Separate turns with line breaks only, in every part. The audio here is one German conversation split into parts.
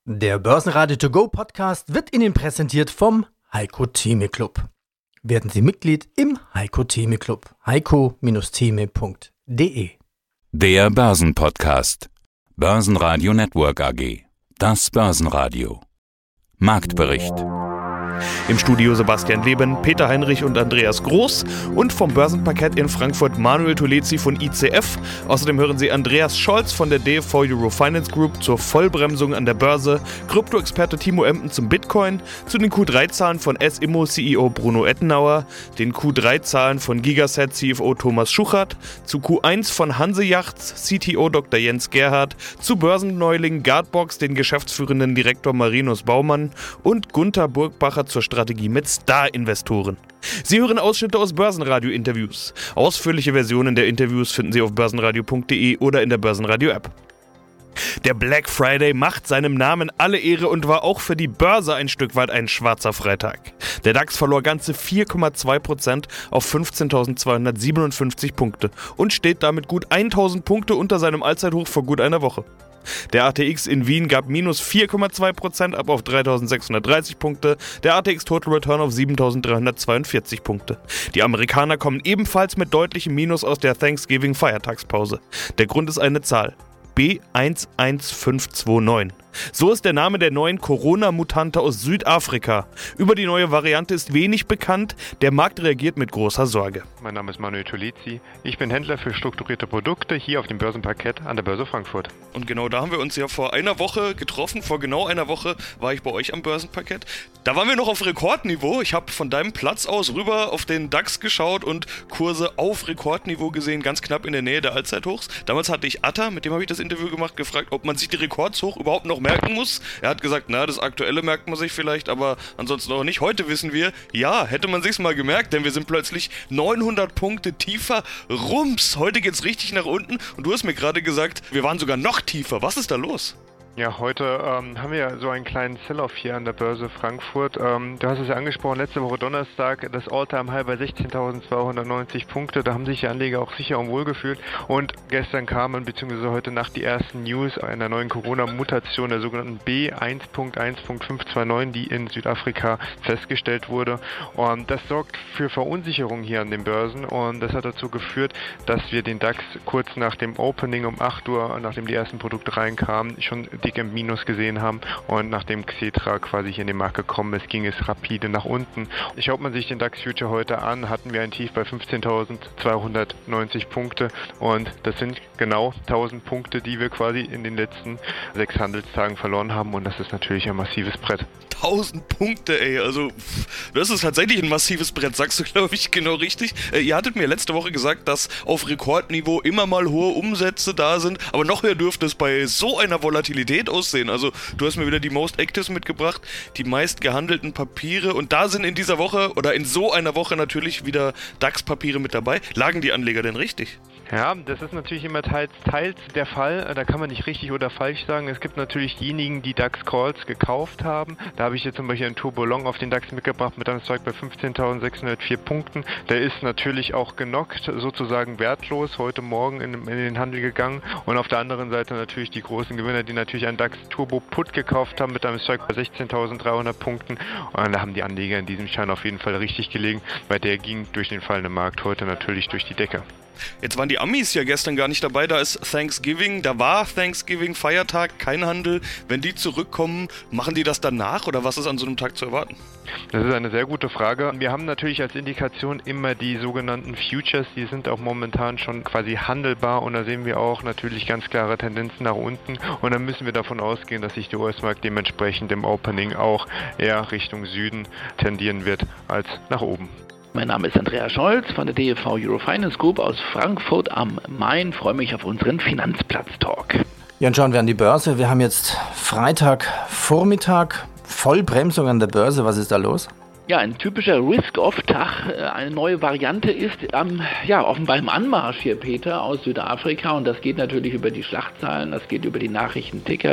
Der Börsenradio To Go Podcast wird Ihnen präsentiert vom Heiko Theme Club. Werden Sie Mitglied im Heiko Theme Club. heiko-theme.de.
Der Börsenpodcast. Börsenradio Network AG. Das Börsenradio. Marktbericht.
Im Studio Sebastian Leben, Peter Heinrich und Andreas Groß und vom Börsenparkett in Frankfurt Manuel Tulezi von ICF. Außerdem hören Sie Andreas Scholz von der DFV Eurofinance Group zur Vollbremsung an der Börse, Krypto-Experte Timo Emden zum Bitcoin, zu den Q3-Zahlen von S-Immo CEO Bruno Ettenauer, den Q3-Zahlen von Gigaset CFO Thomas Schuchert, zu Q1 von Hanse Yachts CTO Dr. Jens Gerhardt, zu Börsenneuling Guardbox den geschäftsführenden Direktor Marinus Baumann und Gunther Burgbacher zur Strategie mit Star-Investoren. Sie hören Ausschnitte aus Börsenradio-Interviews. Ausführliche Versionen der Interviews finden Sie auf börsenradio.de oder in der Börsenradio-App. Der Black Friday macht seinem Namen alle Ehre und war auch für die Börse ein Stück weit ein schwarzer Freitag. Der DAX verlor ganze 4,2% auf 15.257 Punkte und steht damit gut 1.000 Punkte unter seinem Allzeithoch vor gut einer Woche. Der ATX in Wien gab minus 4,2% ab auf 3.630 Punkte, der ATX Total Return auf 7.342 Punkte. Die Amerikaner kommen ebenfalls mit deutlichem Minus aus der Thanksgiving-Feiertagspause. Der Grund ist eine Zahl: B11529. So ist der Name der neuen Corona-Mutante aus Südafrika. Über die neue Variante ist wenig bekannt, der Markt reagiert mit großer Sorge.
Mein Name ist Manuel Tulezi, ich bin Händler für strukturierte Produkte hier auf dem Börsenparkett an der Börse Frankfurt.
Und genau da haben wir uns ja vor einer Woche getroffen, vor genau einer Woche war ich bei euch am Börsenparkett. Da waren wir noch auf Rekordniveau, ich habe von deinem Platz aus rüber auf den DAX geschaut und Kurse auf Rekordniveau gesehen, ganz knapp in der Nähe der Allzeithochs. Damals hatte ich Atta, mit dem habe ich das Interview gemacht, gefragt, ob man sich die Rekordshoch überhaupt noch merken muss. Er hat gesagt, na, das aktuelle merkt man sich vielleicht, aber ansonsten auch nicht. Heute wissen wir, ja, hätte man sich's mal gemerkt, denn wir sind plötzlich 900 Punkte tiefer. Rums, heute geht's richtig nach unten und du hast mir gerade gesagt, wir waren sogar noch tiefer. Was ist da los?
Ja, heute haben wir ja so einen kleinen Sell-Off hier an der Börse Frankfurt. Du hast es ja angesprochen, letzte Woche Donnerstag, das All-Time-High bei 16.290 Punkte. Da haben sich die Anleger auch sicher und wohl gefühlt. Und gestern kamen, beziehungsweise heute Nacht, die ersten News einer neuen Corona-Mutation, der sogenannten B1.1.529, die in Südafrika festgestellt wurde. Und das sorgt für Verunsicherung hier an den Börsen. Und das hat dazu geführt, dass wir den DAX kurz nach dem Opening um 8 Uhr, nachdem die ersten Produkte reinkamen, schon dick im Minus gesehen haben, und nachdem Xetra quasi hier in den Markt gekommen ist, ging es rapide nach unten. Schaut man sich den DAX Future heute an, hatten wir ein Tief bei 15.290 Punkte, und das sind genau 1000 Punkte, die wir quasi in den letzten 6 Handelstagen verloren haben, und das ist natürlich ein massives Brett.
1000 Punkte, ey, also das ist tatsächlich ein massives Brett, sagst du, glaube ich, genau richtig. Ihr hattet mir letzte Woche gesagt, dass auf Rekordniveau immer mal hohe Umsätze da sind, aber noch höher dürfte es bei so einer Volatilität aussehen. Also du hast mir wieder die Most Actives mitgebracht, die meist gehandelten Papiere, und da sind in dieser Woche oder in so einer Woche natürlich wieder DAX-Papiere mit dabei. Lagen die Anleger denn richtig?
Ja, das ist natürlich immer teils der Fall. Da kann man nicht richtig oder falsch sagen. Es gibt natürlich diejenigen, die DAX-Calls gekauft haben. Da habe ich jetzt zum Beispiel einen Turbo Long auf den DAX mitgebracht mit einem Strike bei 15.604 Punkten. Der ist natürlich auch genockt, sozusagen wertlos, heute Morgen in den Handel gegangen. Und auf der anderen Seite natürlich die großen Gewinner, die natürlich einen DAX Turbo Put gekauft haben mit einem Strike bei 16.300 Punkten. Und da haben die Anleger in diesem Schein auf jeden Fall richtig gelegen, weil der ging durch den fallenden Markt heute natürlich durch die Decke.
Jetzt waren die Amis ja gestern gar nicht dabei, da ist Thanksgiving, da war Thanksgiving, Feiertag, kein Handel. Wenn die zurückkommen, machen die das danach oder was ist an so einem Tag zu erwarten?
Das ist eine sehr gute Frage. Wir haben natürlich als Indikation immer die sogenannten Futures, die sind auch momentan schon quasi handelbar, und da sehen wir auch natürlich ganz klare Tendenzen nach unten, und dann müssen wir davon ausgehen, dass sich der US-Markt dementsprechend im Opening auch eher Richtung Süden tendieren wird als nach oben.
Mein Name ist Andreas Scholz von der DFV Eurofinance Group aus Frankfurt am Main. Freue mich auf unseren Finanzplatz-Talk.
Ja, und schauen wir an die Börse. Wir haben jetzt Freitagvormittag, Vollbremsung an der Börse. Was ist da los?
Ja, ein typischer Risk-Off-Tag. Eine neue Variante ist offenbar im Anmarsch hier, Peter, aus Südafrika. Und das geht natürlich über die Schlachtzahlen, das geht über die Nachrichtenticker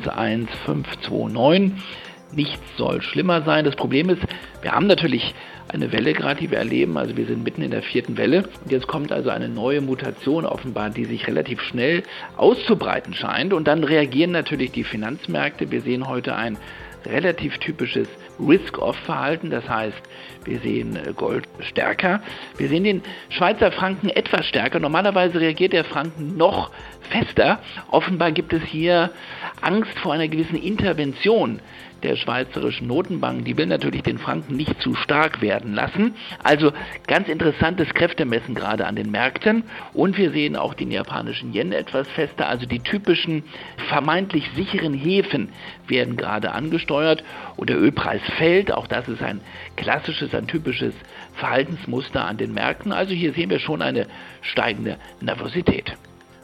B11529. Nichts soll schlimmer sein. Das Problem ist, wir haben natürlich eine Welle gerade, die wir erleben. Also wir sind mitten in der 4. Welle. Und jetzt kommt also eine neue Mutation offenbar, die sich relativ schnell auszubreiten scheint. Und dann reagieren natürlich die Finanzmärkte. Wir sehen heute ein relativ typisches Risk-Off-Verhalten, das heißt, wir sehen Gold stärker, wir sehen den Schweizer Franken etwas stärker, normalerweise reagiert der Franken noch fester, offenbar gibt es hier Angst vor einer gewissen Intervention der Schweizerischen Notenbank, die will natürlich den Franken nicht zu stark werden lassen. Also ganz interessantes Kräftemessen gerade an den Märkten. Und wir sehen auch den japanischen Yen etwas fester. Also die typischen vermeintlich sicheren Häfen werden gerade angesteuert. Und der Ölpreis fällt. Auch das ist ein klassisches, ein typisches Verhaltensmuster an den Märkten. Also hier sehen wir schon eine steigende Nervosität.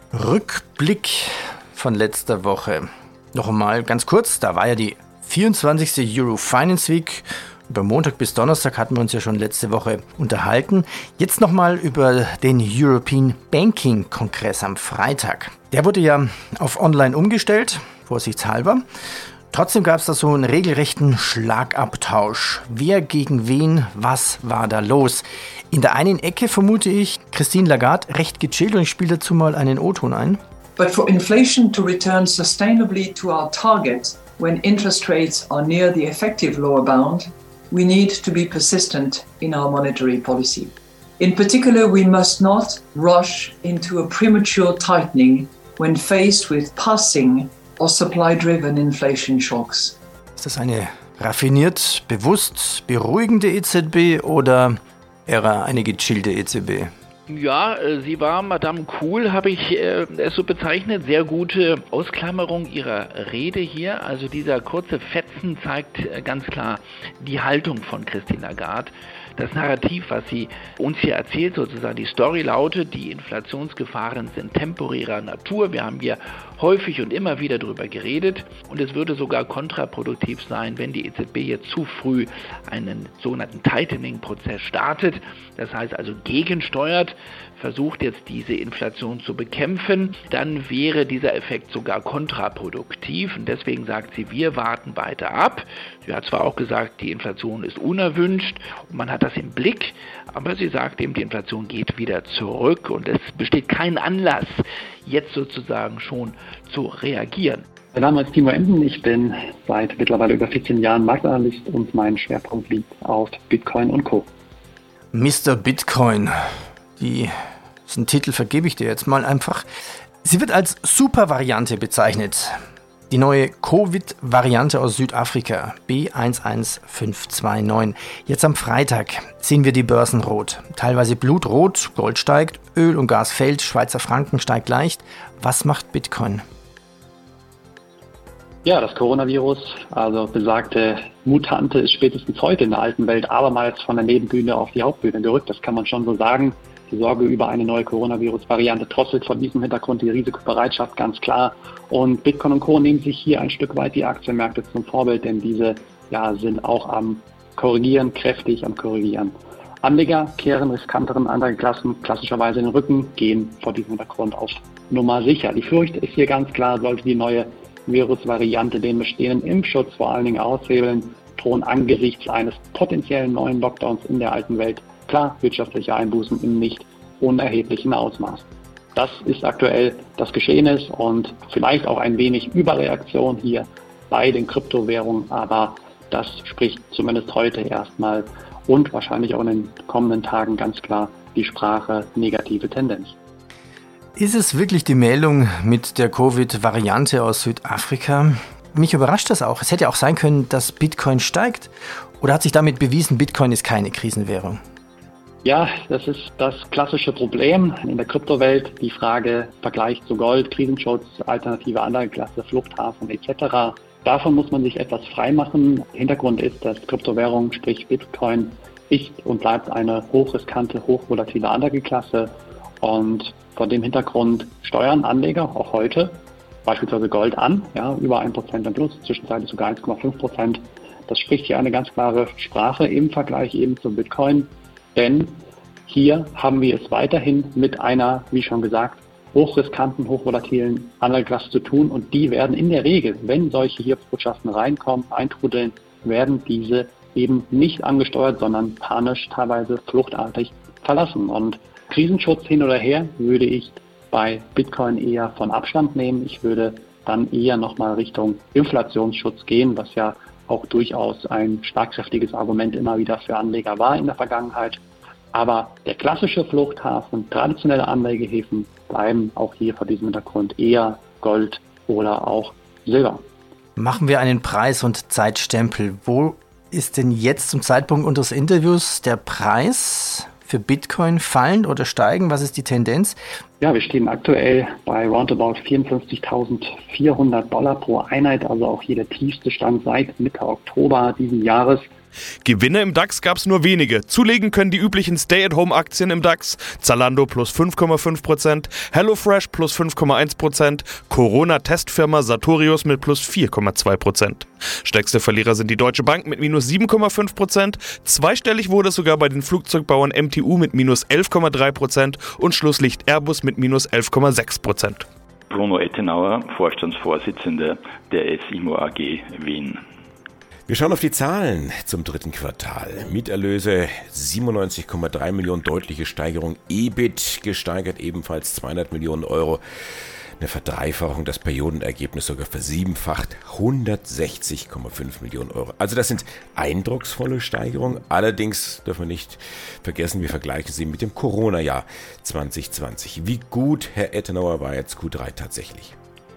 Rückblick von letzter Woche. Noch einmal ganz kurz, da war ja die 24. Euro Finance Week. Über Montag bis Donnerstag hatten wir uns ja schon letzte Woche unterhalten. Jetzt nochmal über den European Banking Kongress am Freitag. Der wurde ja auf online umgestellt, vorsichtshalber. Trotzdem gab es da so einen regelrechten Schlagabtausch. Wer gegen wen, was war da los? In der einen Ecke vermute ich Christine Lagarde recht gechillt und ich spiele dazu mal einen O-Ton ein.
But for inflation to return sustainably to our target, when interest rates are near the effective lower bound, we need to be persistent in our monetary policy. In particular, we must not rush into a premature tightening when faced with passing or supply-driven inflation shocks.
Ist das eine raffiniert, bewusst beruhigende EZB oder eher eine gechillte EZB?
Ja, sie war Madame Cool, habe ich es so bezeichnet. Sehr gute Ausklammerung ihrer Rede hier. Also dieser kurze Fetzen zeigt ganz klar die Haltung von Christine Lagarde. Das Narrativ, was sie uns hier erzählt, sozusagen die Story lautet, die Inflationsgefahren sind temporärer Natur. Wir haben hier häufig und immer wieder darüber geredet und es würde sogar kontraproduktiv sein, wenn die EZB jetzt zu früh einen sogenannten Tightening-Prozess startet. Das heißt also gegensteuert, versucht jetzt diese Inflation zu bekämpfen, dann wäre dieser Effekt sogar kontraproduktiv und deswegen sagt sie, wir warten weiter ab. Sie hat zwar auch gesagt, die Inflation ist unerwünscht und man hat das im Blick, aber sie sagt eben, die Inflation geht wieder zurück und es besteht kein Anlass, jetzt sozusagen schon zu reagieren.
Mein Name ist Timo Emden, ich bin seit mittlerweile über 14 Jahren Marktanalyst und mein Schwerpunkt liegt auf Bitcoin und Co.
Mr. Bitcoin, diesen Titel vergebe ich dir jetzt mal einfach. Sie wird als Super-Variante bezeichnet. Die neue Covid-Variante aus Südafrika, B11529. Jetzt am Freitag sehen wir die Börsen rot. Teilweise blutrot, Gold steigt, Öl und Gas fällt, Schweizer Franken steigt leicht. Was macht Bitcoin?
Ja, das Coronavirus, also besagte Mutante, ist spätestens heute in der alten Welt abermals von der Nebenbühne auf die Hauptbühne gerückt. Das kann man schon so sagen. Die Sorge über eine neue Coronavirus-Variante drosselt vor diesem Hintergrund die Risikobereitschaft ganz klar. Und Bitcoin und Co. nehmen sich hier ein Stück weit die Aktienmärkte zum Vorbild, denn diese sind auch am Korrigieren, kräftig am Korrigieren. Anleger kehren riskanteren Anlageklassen klassischerweise in den Rücken, gehen vor diesem Hintergrund auf Nummer sicher. Die Furcht ist hier ganz klar, sollte die neue Virusvariante den bestehenden Impfschutz vor allen Dingen aushebeln, drohen angesichts eines potenziellen neuen Lockdowns in der alten Welt klar wirtschaftliche Einbußen im nicht unerheblichen Ausmaß. Das ist aktuell das Geschehnis und vielleicht auch ein wenig Überreaktion hier bei den Kryptowährungen, aber das spricht zumindest heute erstmal und wahrscheinlich auch in den kommenden Tagen ganz klar die Sprache negative Tendenz.
Ist es wirklich die Meldung mit der Covid-Variante aus Südafrika? Mich überrascht das auch. Es hätte auch sein können, dass Bitcoin steigt. Oder hat sich damit bewiesen, Bitcoin ist keine Krisenwährung?
Ja, das ist das klassische Problem in der Kryptowelt. Die Frage Vergleich zu Gold, Krisenschutz, alternative Anlageklasse, Fluchthafen etc. Davon muss man sich etwas freimachen. Hintergrund ist, dass Kryptowährung, sprich Bitcoin, ist und bleibt eine hochriskante, hochvolatile Anlageklasse. Und vor dem Hintergrund steuern Anleger auch heute beispielsweise Gold an, über 1% im Plus, zwischenzeitlich sogar 1,5%. Das spricht hier eine ganz klare Sprache im Vergleich eben zum Bitcoin, denn hier haben wir es weiterhin mit einer, wie schon gesagt, hochriskanten, hochvolatilen Anlageklasse zu tun und die werden in der Regel, wenn solche hier Botschaften reinkommen, eintrudeln, werden diese eben nicht angesteuert, sondern panisch, teilweise fluchtartig verlassen. Und Krisenschutz hin oder her würde ich bei Bitcoin eher von Abstand nehmen. Ich würde dann eher nochmal Richtung Inflationsschutz gehen, was ja auch durchaus ein schlagkräftiges Argument immer wieder für Anleger war in der Vergangenheit. Aber der klassische Fluchthafen, traditionelle Anlegehäfen bleiben auch hier vor diesem Hintergrund eher Gold oder auch Silber.
Machen wir einen Preis- und Zeitstempel. Wo ist denn jetzt zum Zeitpunkt unseres Interviews der Preis für Bitcoin fallend oder steigend? Was ist die Tendenz?
Ja, wir stehen aktuell bei roundabout $54.400 pro Einheit, also auch hier der tiefste Stand seit Mitte Oktober diesen Jahres.
Gewinne im DAX gab es nur wenige. Zulegen können die üblichen Stay-at-Home-Aktien im DAX. Zalando plus 5,5%, HelloFresh plus 5,1%, Corona-Testfirma Sartorius mit plus 4,2%. Stärkste Verlierer sind die Deutsche Bank mit minus 7,5%. Zweistellig wurde es sogar bei den Flugzeugbauern MTU mit minus 11,3% und Schlusslicht Airbus mit minus 11,6%.
Bruno Ettenauer, Vorstandsvorsitzender der SIMO AG Wien.
Wir schauen auf die Zahlen zum dritten Quartal. Mieterlöse 97,3 Millionen, deutliche Steigerung. EBIT gesteigert ebenfalls 200 Millionen Euro. Eine Verdreifachung, das Periodenergebnis sogar versiebenfacht, 160,5 Millionen Euro. Also das sind eindrucksvolle Steigerungen. Allerdings dürfen wir nicht vergessen, wir vergleichen sie mit dem Corona-Jahr 2020. Wie gut, Herr Ettenauer, war jetzt Q3 tatsächlich?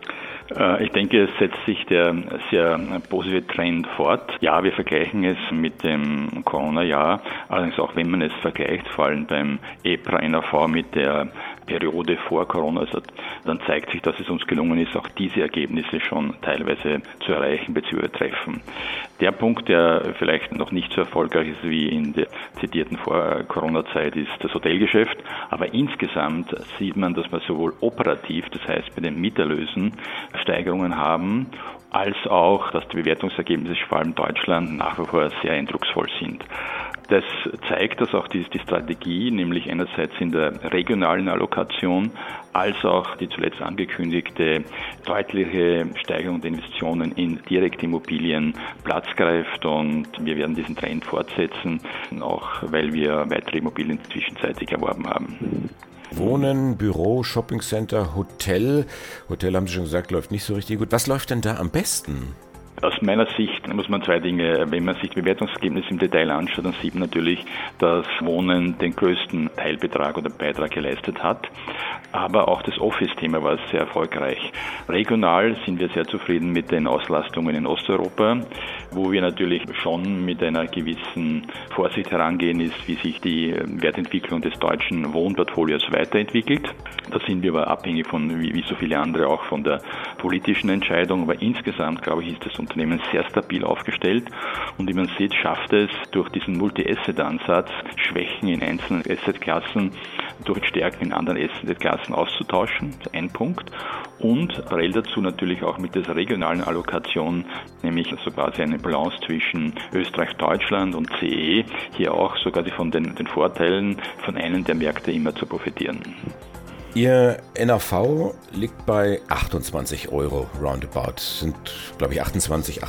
Ich denke, es setzt sich der sehr positive Trend fort. Ja, wir vergleichen es mit dem Corona-Jahr, allerdings auch wenn man es vergleicht, vor allem beim EPRA-NAV mit der Periode vor Corona, also dann zeigt sich, dass es uns gelungen ist, auch diese Ergebnisse schon teilweise zu erreichen bzw. treffen. Der Punkt, der vielleicht noch nicht so erfolgreich ist wie in der zitierten Vor-Corona-Zeit, ist das Hotelgeschäft. Aber insgesamt sieht man, dass wir sowohl operativ, das heißt bei den Mieterlösen, Steigerungen haben, als auch, dass die Bewertungsergebnisse vor allem in Deutschland nach wie vor sehr eindrucksvoll sind. Das zeigt, dass auch die Strategie, nämlich einerseits in der regionalen Allokation, als auch die zuletzt angekündigte deutliche Steigerung der Investitionen in direkte Immobilien Platz greift, und wir werden diesen Trend fortsetzen, auch weil wir weitere Immobilien zwischenzeitlich erworben haben.
Wohnen, Büro, Shoppingcenter, Hotel. Hotel, haben Sie schon gesagt, läuft nicht so richtig gut. Was läuft denn da am besten?
Aus meiner Sicht muss man zwei Dinge, wenn man sich die Bewertungsergebnisse im Detail anschaut, dann sieht man natürlich, dass Wohnen den größten Teilbetrag oder Beitrag geleistet hat. Aber auch das Office-Thema war sehr erfolgreich. Regional sind wir sehr zufrieden mit den Auslastungen in Osteuropa, wo wir natürlich schon mit einer gewissen Vorsicht herangehen, ist, wie sich die Wertentwicklung des deutschen Wohnportfolios weiterentwickelt. Da sind wir aber abhängig von, wie so viele andere, auch von der politischen Entscheidung. Aber insgesamt, glaube ich, ist das Unternehmen sehr stabil aufgestellt. Und wie man sieht, schafft es durch diesen Multi-Asset-Ansatz, Schwächen in einzelnen Assetklassen durch Stärken in anderen Assetklassen auszutauschen. Das ist ein Punkt. Und parallel dazu natürlich auch mit dieser regionalen Allokation, nämlich so quasi eine Balance zwischen Österreich, Deutschland und CE, hier auch so quasi von den Vorteilen von einem der Märkte immer zu profitieren.
Ihr NAV liegt bei 28 Euro roundabout. Sind, glaube ich, 28.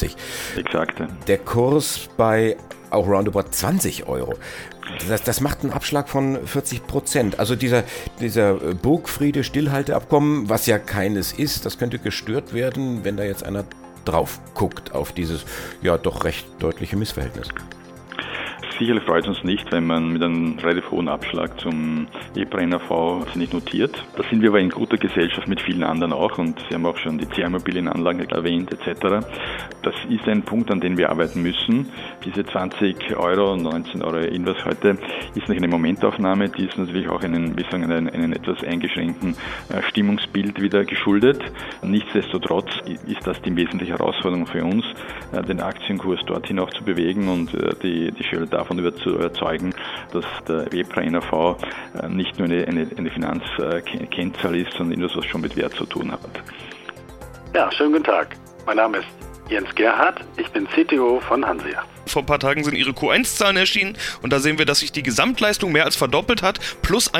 Exakt.
Der Kurs bei auch roundabout 20 Euro. Das macht einen Abschlag von 40%. Also dieser Burgfriede-Stillhalteabkommen, was ja keines ist, das könnte gestört werden, wenn da jetzt einer drauf guckt auf dieses ja doch recht deutliche Missverhältnis.
Sicherlich freut es uns nicht, wenn man mit einem relativ hohen Abschlag zum EPRA-NAV nicht notiert. Da sind wir aber in guter Gesellschaft mit vielen anderen auch, und Sie haben auch schon die CA-Immobilienanlagen erwähnt etc. Das ist ein Punkt, an dem wir arbeiten müssen. Diese 20 Euro, 19 Euro Inverse heute ist nicht eine Momentaufnahme, die ist natürlich auch einen etwas eingeschränkten Stimmungsbild wieder geschuldet. Nichtsdestotrotz ist das die wesentliche Herausforderung für uns, den Aktienkurs dorthin auch zu bewegen und die Schwelle davon zu überzeugen, dass der EPRA-NAV nicht nur eine Finanzkennzahl ist, sondern etwas, was schon mit Wert zu tun hat.
Ja, schönen guten Tag. Mein Name ist Jens Gerhardt. Ich bin CTO von Hanseacht.
Vor ein paar Tagen sind ihre Q1-Zahlen erschienen und da sehen wir, dass sich die Gesamtleistung mehr als verdoppelt hat, plus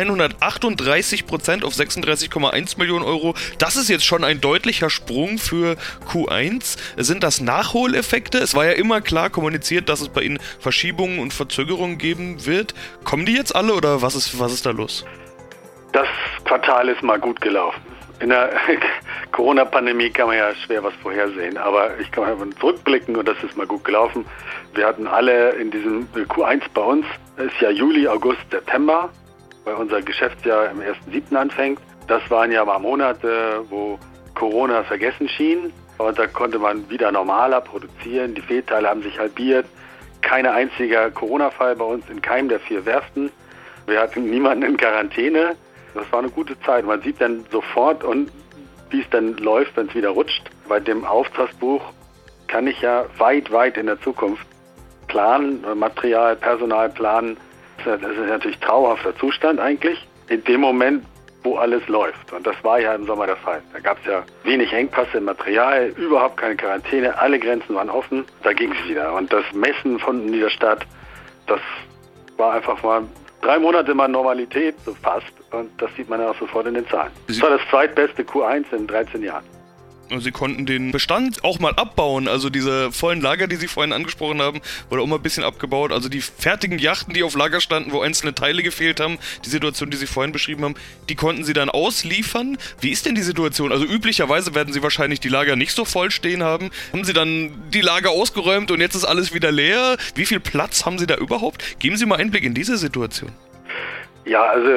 138% auf 36,1 Millionen Euro. Das ist jetzt schon ein deutlicher Sprung für Q1. Sind das Nachholeffekte? Es war ja immer klar kommuniziert, dass es bei Ihnen Verschiebungen und Verzögerungen geben wird. Kommen die jetzt alle oder was ist da los?
Das Quartal ist mal gut gelaufen. In der Corona-Pandemie kann man ja schwer was vorhersehen, aber ich kann mal zurückblicken und das ist mal gut gelaufen. Wir hatten alle in diesem Q1 bei uns, ist ja Juli, August, September, weil unser Geschäftsjahr im 1.7. anfängt. Das waren ja mal Monate, wo Corona vergessen schien und da konnte man wieder normaler produzieren. Die Fehlteile haben sich halbiert. Kein einziger Corona-Fall bei uns in keinem der 4 Werften. Wir hatten niemanden in Quarantäne. Das war eine gute Zeit. Man sieht dann sofort, und wie es dann läuft, wenn es wieder rutscht. Bei dem Auftragsbuch kann ich ja weit, weit in der Zukunft planen, Material, Personal planen. Das ist natürlich trauerhafter Zustand eigentlich. In dem Moment, wo alles läuft. Und das war ja im Sommer der Fall. Da gab es ja wenig Engpässe im Material, überhaupt keine Quarantäne, alle Grenzen waren offen. Da ging es wieder. Und das Messen von Niederstadt, das war einfach mal 3 Monate mal Normalität, so fast. Und das sieht man ja auch sofort in den Zahlen. Das war das zweitbeste Q1 in 13 Jahren.
Sie konnten den Bestand auch mal abbauen, also diese vollen Lager, die Sie vorhin angesprochen haben, wurde auch mal ein bisschen abgebaut, also die fertigen Yachten, die auf Lager standen, wo einzelne Teile gefehlt haben, die Situation, die Sie vorhin beschrieben haben, die konnten Sie dann ausliefern. Wie ist denn die Situation? Also üblicherweise werden Sie wahrscheinlich die Lager nicht so voll stehen haben. Haben Sie dann die Lager ausgeräumt und jetzt ist alles wieder leer? Wie viel Platz haben Sie da überhaupt? Geben Sie mal Einblick in diese Situation.
Ja, also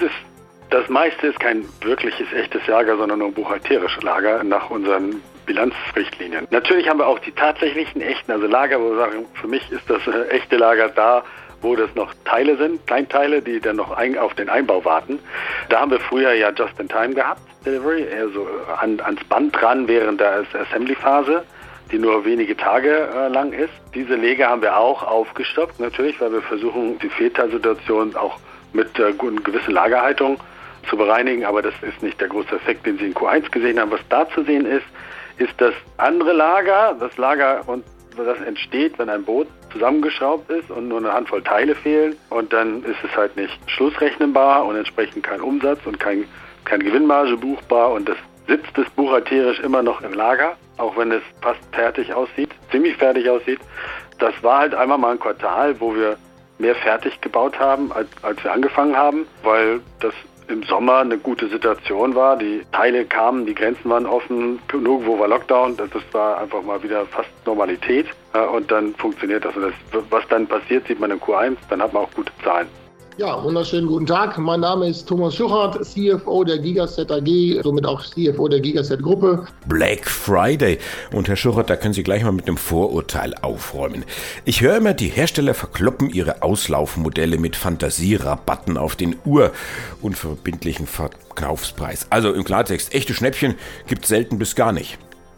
das meiste ist kein wirkliches, echtes Lager, sondern nur ein buchhalterisches Lager nach unseren Bilanzrichtlinien. Natürlich haben wir auch die tatsächlichen, echten, also Lager, wo wir sagen, für mich ist das echte Lager da, wo das noch Teile sind, Kleinteile, die dann noch auf den Einbau warten. Da haben wir früher ja Just-in-Time gehabt, Delivery, also ans Band dran während der Assembly-Phase, die nur wenige Tage lang ist. Diese Lager haben wir auch aufgestockt, natürlich, weil wir versuchen, die Fehlteilsituation auch mit gewissen Lagerhaltung zu bereinigen, aber das ist nicht der große Effekt, den Sie in Q1 gesehen haben. Was da zu sehen ist das andere Lager, das Lager, und das entsteht, wenn ein Boot zusammengeschraubt ist und nur eine Handvoll Teile fehlen, und dann ist es halt nicht schlussrechnenbar und entsprechend kein Umsatz und keine Gewinnmarge buchbar, und das sitzt es buchhalterisch immer noch im Lager, auch wenn es fast fertig aussieht, ziemlich fertig aussieht. Das war halt einmal mal ein Quartal, wo wir mehr fertig gebaut haben, als wir angefangen haben, weil das im Sommer eine gute Situation war. Die Teile kamen, die Grenzen waren offen, nirgendwo war Lockdown, das war einfach mal wieder fast Normalität, und dann funktioniert das. Und was dann passiert, sieht man im Q1, dann hat man auch gute Zahlen.
Ja, wunderschönen guten Tag. Mein Name ist Thomas Schuchert, CFO der Gigaset AG, somit auch CFO der Gigaset Gruppe.
Black Friday. Und Herr Schuchert, da können Sie gleich mal mit einem Vorurteil aufräumen. Ich höre immer, die Hersteller verkloppen ihre Auslaufmodelle mit Fantasierabatten auf den unverbindlichen Verkaufspreis. Also im Klartext, echte Schnäppchen gibt's selten bis gar nicht.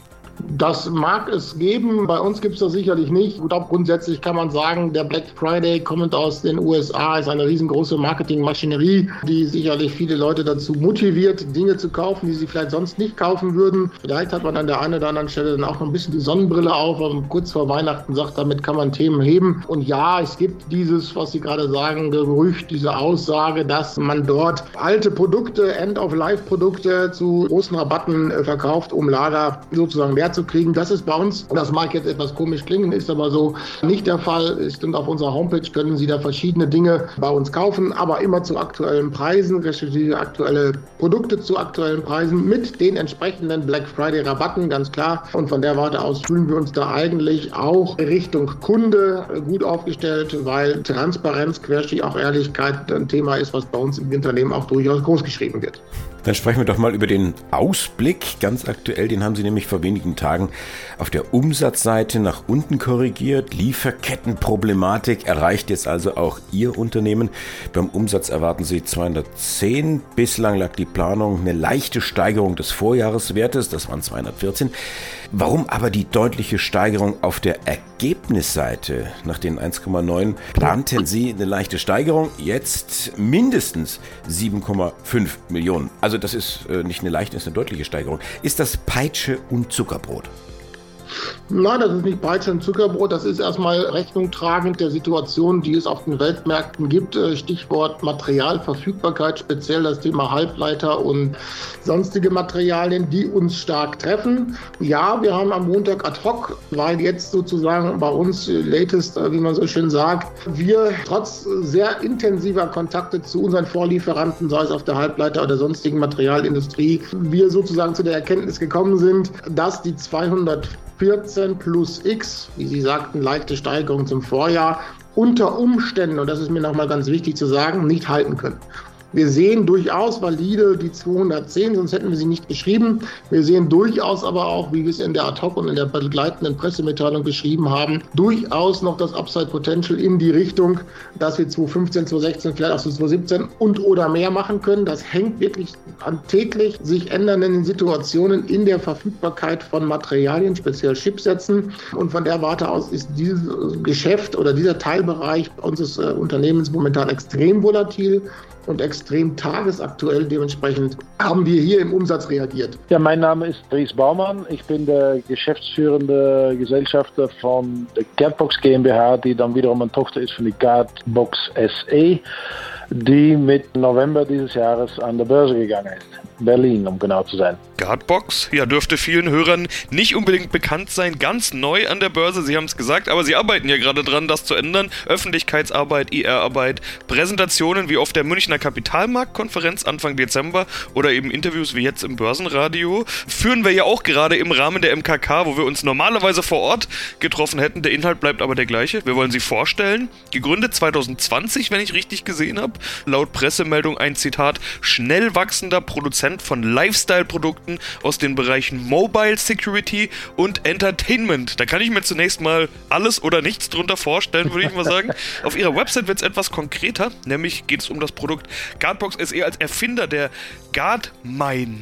Das mag es geben, bei uns gibt es das sicherlich nicht. Ich glaube, grundsätzlich kann man sagen, der Black Friday kommend aus den USA ist eine riesengroße Marketingmaschinerie, die sicherlich viele Leute dazu motiviert, Dinge zu kaufen, die sie vielleicht sonst nicht kaufen würden. Vielleicht hat man an der einen oder anderen Stelle dann auch noch ein bisschen die Sonnenbrille auf, weil man kurz vor Weihnachten sagt, damit kann man Themen heben. Und ja, es gibt dieses, was Sie gerade sagen, Gerücht, diese Aussage, dass man dort alte Produkte, End-of-Life-Produkte zu großen Rabatten verkauft, um Lager sozusagen zu kriegen. Das ist bei uns, das mag jetzt etwas komisch klingen, ist aber so nicht der Fall. Und auf unserer Homepage können Sie da verschiedene Dinge bei uns kaufen, aber immer zu aktuellen Preisen, respektive aktuelle Produkte zu aktuellen Preisen mit den entsprechenden Black Friday Rabatten, ganz klar. Und von der Warte aus fühlen wir uns da eigentlich auch Richtung Kunde gut aufgestellt, weil Transparenz, Querstrich auch Ehrlichkeit ein Thema ist, was bei uns im Unternehmen auch durchaus groß geschrieben wird.
Dann sprechen wir doch mal über den Ausblick. Ganz aktuell, den haben Sie nämlich vor wenigen Tagen auf der Umsatzseite nach unten korrigiert. Lieferkettenproblematik erreicht jetzt also auch Ihr Unternehmen. Beim Umsatz erwarten Sie 210. Bislang lag die Planung eine leichte Steigerung des Vorjahreswertes, das waren 214. Warum aber die deutliche Steigerung auf der Ergebnisseite? Nach den 1,9 planten Sie eine leichte Steigerung, jetzt mindestens 7,5 Millionen. Also das ist nicht eine leichte, ist eine deutliche Steigerung. Ist das Peitsche und Zuckerbrot?
Nein, das ist nicht Peitsche und Zuckerbrot. Das ist erstmal Rechnung tragend der Situation, die es auf den Weltmärkten gibt. Stichwort Materialverfügbarkeit, speziell das Thema Halbleiter und sonstige Materialien, die uns stark treffen. Ja, wir haben am Montag ad hoc, weil jetzt sozusagen bei uns latest, wie man so schön sagt, wir trotz sehr intensiver Kontakte zu unseren Vorlieferanten, sei es auf der Halbleiter oder sonstigen Materialindustrie, wir sozusagen zu der Erkenntnis gekommen sind, dass die 214 plus X, wie Sie sagten, leichte Steigerung zum Vorjahr, unter Umständen, und das ist mir nochmal ganz wichtig zu sagen, nicht halten können. Wir sehen durchaus valide die 210, sonst hätten wir sie nicht geschrieben. Wir sehen durchaus aber auch, wie wir es in der Ad-Hoc und in der begleitenden Pressemitteilung beschrieben haben, durchaus noch das Upside-Potential in die Richtung, dass wir 2015, 2016, vielleicht auch 2017 und oder mehr machen können. Das hängt wirklich an täglich sich ändernden Situationen in der Verfügbarkeit von Materialien, speziell Chipsätzen. Und von der Warte aus ist dieses Geschäft oder dieser Teilbereich unseres Unternehmens momentan extrem volatil und extrem tagesaktuell. Dementsprechend haben wir hier im Umsatz reagiert.
Ja, mein Name ist Dries Baumann. Ich bin der geschäftsführende Gesellschafter von der Guardbox GmbH, die dann wiederum eine Tochter ist von der Guardbox SE, die mit November dieses Jahres an der Börse gegangen ist. Berlin, um genau zu sein.
Guardbox, ja, dürfte vielen Hörern nicht unbedingt bekannt sein, ganz neu an der Börse, Sie haben es gesagt, aber Sie arbeiten ja gerade dran, das zu ändern. Öffentlichkeitsarbeit, IR-Arbeit, Präsentationen wie auf der Münchner Kapitalmarktkonferenz Anfang Dezember oder eben Interviews wie jetzt im Börsenradio. Führen wir ja auch gerade im Rahmen der MKK, wo wir uns normalerweise vor Ort getroffen hätten. Der Inhalt bleibt aber der gleiche. Wir wollen Sie vorstellen. Gegründet 2020, wenn ich richtig gesehen habe. Laut Pressemeldung ein Zitat, schnell wachsender Produzent von Lifestyle-Produkten aus den Bereichen Mobile Security und Entertainment. Da kann ich mir zunächst mal alles oder nichts drunter vorstellen, würde ich mal sagen. Auf Ihrer Website wird es etwas konkreter, nämlich geht es um das Produkt Guardbox SE als Erfinder der Guardmine.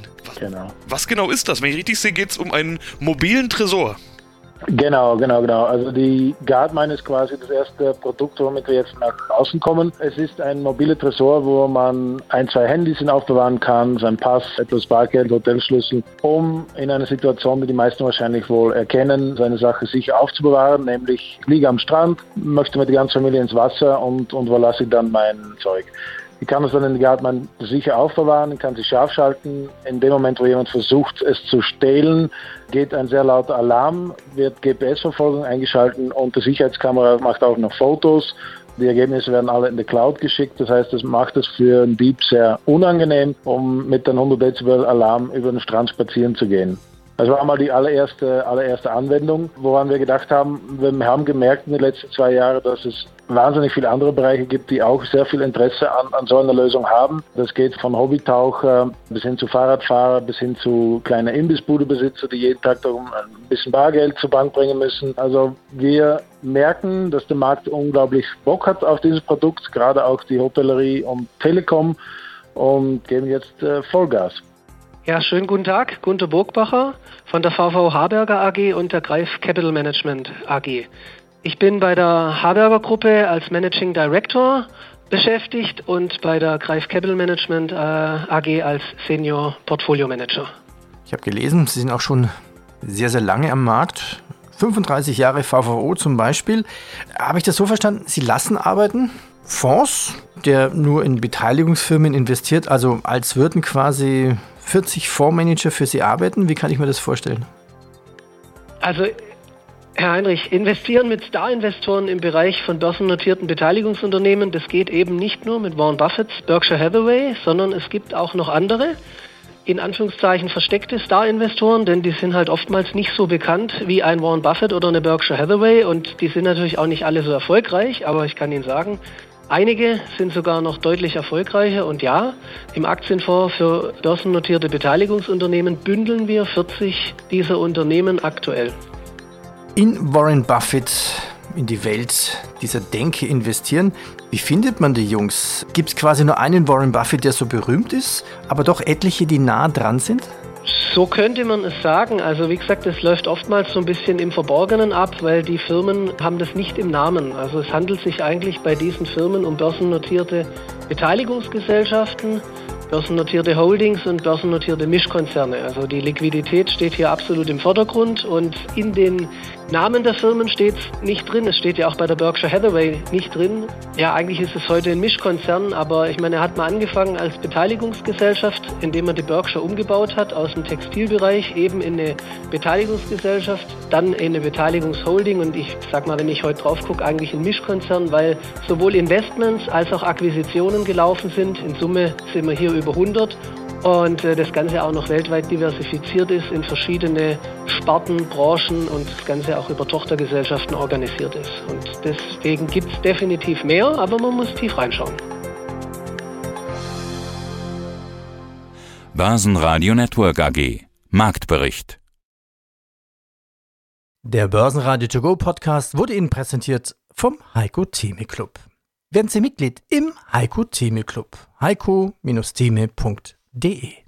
Was genau ist das? Wenn ich richtig sehe, geht es um einen mobilen Tresor.
Genau. Also die Guardmine ist quasi das erste Produkt, womit wir jetzt nach außen kommen. Es ist ein mobiler Tresor, wo man 1, 2 Handys aufbewahren kann, sein Pass, etwas Bargeld, Hotelschlüssel, um in einer Situation, die die meisten wahrscheinlich wohl erkennen, seine Sache sicher aufzubewahren, nämlich ich liege am Strand, möchte mit der ganzen Familie ins Wasser und wo lasse ich dann mein Zeug. Ich kann es dann in der Guardmine sicher aufbewahren, kann sie scharf schalten. In dem Moment, wo jemand versucht, es zu stehlen, geht ein sehr lauter Alarm, wird GPS-Verfolgung eingeschaltet und die Sicherheitskamera macht auch noch Fotos. Die Ergebnisse werden alle in die Cloud geschickt. Das heißt, das macht es für einen Dieb sehr unangenehm, um mit einem 100 Dezibel Alarm über den Strand spazieren zu gehen. Das war mal die allererste Anwendung, woran wir gedacht haben. Wir haben gemerkt in den letzten 2 Jahren, dass es wahnsinnig viele andere Bereiche gibt, die auch sehr viel Interesse an so einer Lösung haben. Das geht von Hobbytaucher bis hin zu Fahrradfahrer, bis hin zu kleinen Imbissbudebesitzer, die jeden Tag darum ein bisschen Bargeld zur Bank bringen müssen. Also wir merken, dass der Markt unglaublich Bock hat auf dieses Produkt, gerade auch die Hotellerie und Telekom, und geben jetzt Vollgas.
Ja, schönen guten Tag, Gunter Burgbacher von der VV Harberger AG und der Greif Capital Management AG. Ich bin bei der Harberger Gruppe als Managing Director beschäftigt und bei der Greif Capital Management AG als Senior Portfolio Manager.
Ich habe gelesen, Sie sind auch schon sehr, sehr lange am Markt. 35 Jahre VVO zum Beispiel. Habe ich das so verstanden, Sie lassen arbeiten Fonds, der nur in Beteiligungsfirmen investiert, also als würden quasi 40 Fondsmanager für Sie arbeiten? Wie kann ich mir das vorstellen?
Also, Herr Heinrich, investieren mit Star-Investoren im Bereich von börsennotierten Beteiligungsunternehmen, das geht eben nicht nur mit Warren Buffetts Berkshire Hathaway, sondern es gibt auch noch andere, in Anführungszeichen versteckte Star-Investoren, denn die sind halt oftmals nicht so bekannt wie ein Warren Buffett oder eine Berkshire Hathaway und die sind natürlich auch nicht alle so erfolgreich, aber ich kann Ihnen sagen, einige sind sogar noch deutlich erfolgreicher und ja, im Aktienfonds für börsennotierte Beteiligungsunternehmen bündeln wir 40 dieser Unternehmen aktuell.
In Warren Buffett, in die Welt dieser Denke investieren. Wie findet man die Jungs? Gibt es quasi nur einen Warren Buffett, der so berühmt ist, aber doch etliche, die nah dran sind?
So könnte man es sagen. Also wie gesagt, es läuft oftmals so ein bisschen im Verborgenen ab, weil die Firmen haben das nicht im Namen. Also es handelt sich eigentlich bei diesen Firmen um börsennotierte Beteiligungsgesellschaften, börsennotierte Holdings und börsennotierte Mischkonzerne. Also die Liquidität steht hier absolut im Vordergrund und in den Namen der Firmen steht es nicht drin. Es steht ja auch bei der Berkshire Hathaway nicht drin. Ja, eigentlich ist es heute ein Mischkonzern, aber ich meine, er hat mal angefangen als Beteiligungsgesellschaft, indem er die Berkshire umgebaut hat aus dem Textilbereich eben in eine Beteiligungsgesellschaft, dann in eine Beteiligungsholding und ich sag mal, wenn ich heute drauf gucke, eigentlich ein Mischkonzern, weil sowohl Investments als auch Akquisitionen gelaufen sind. In Summe sind wir hier über 100 und das Ganze auch noch weltweit diversifiziert ist in verschiedene Sparten, Branchen und das Ganze auch über Tochtergesellschaften organisiert ist. Und deswegen gibt es definitiv mehr, aber man muss tief reinschauen.
Börsenradio Network AG Marktbericht.
Der Börsenradio To Go Podcast wurde Ihnen präsentiert vom Heiko Theme Club. Werden Sie Mitglied im Heiko Theme Club. heiko-theme.de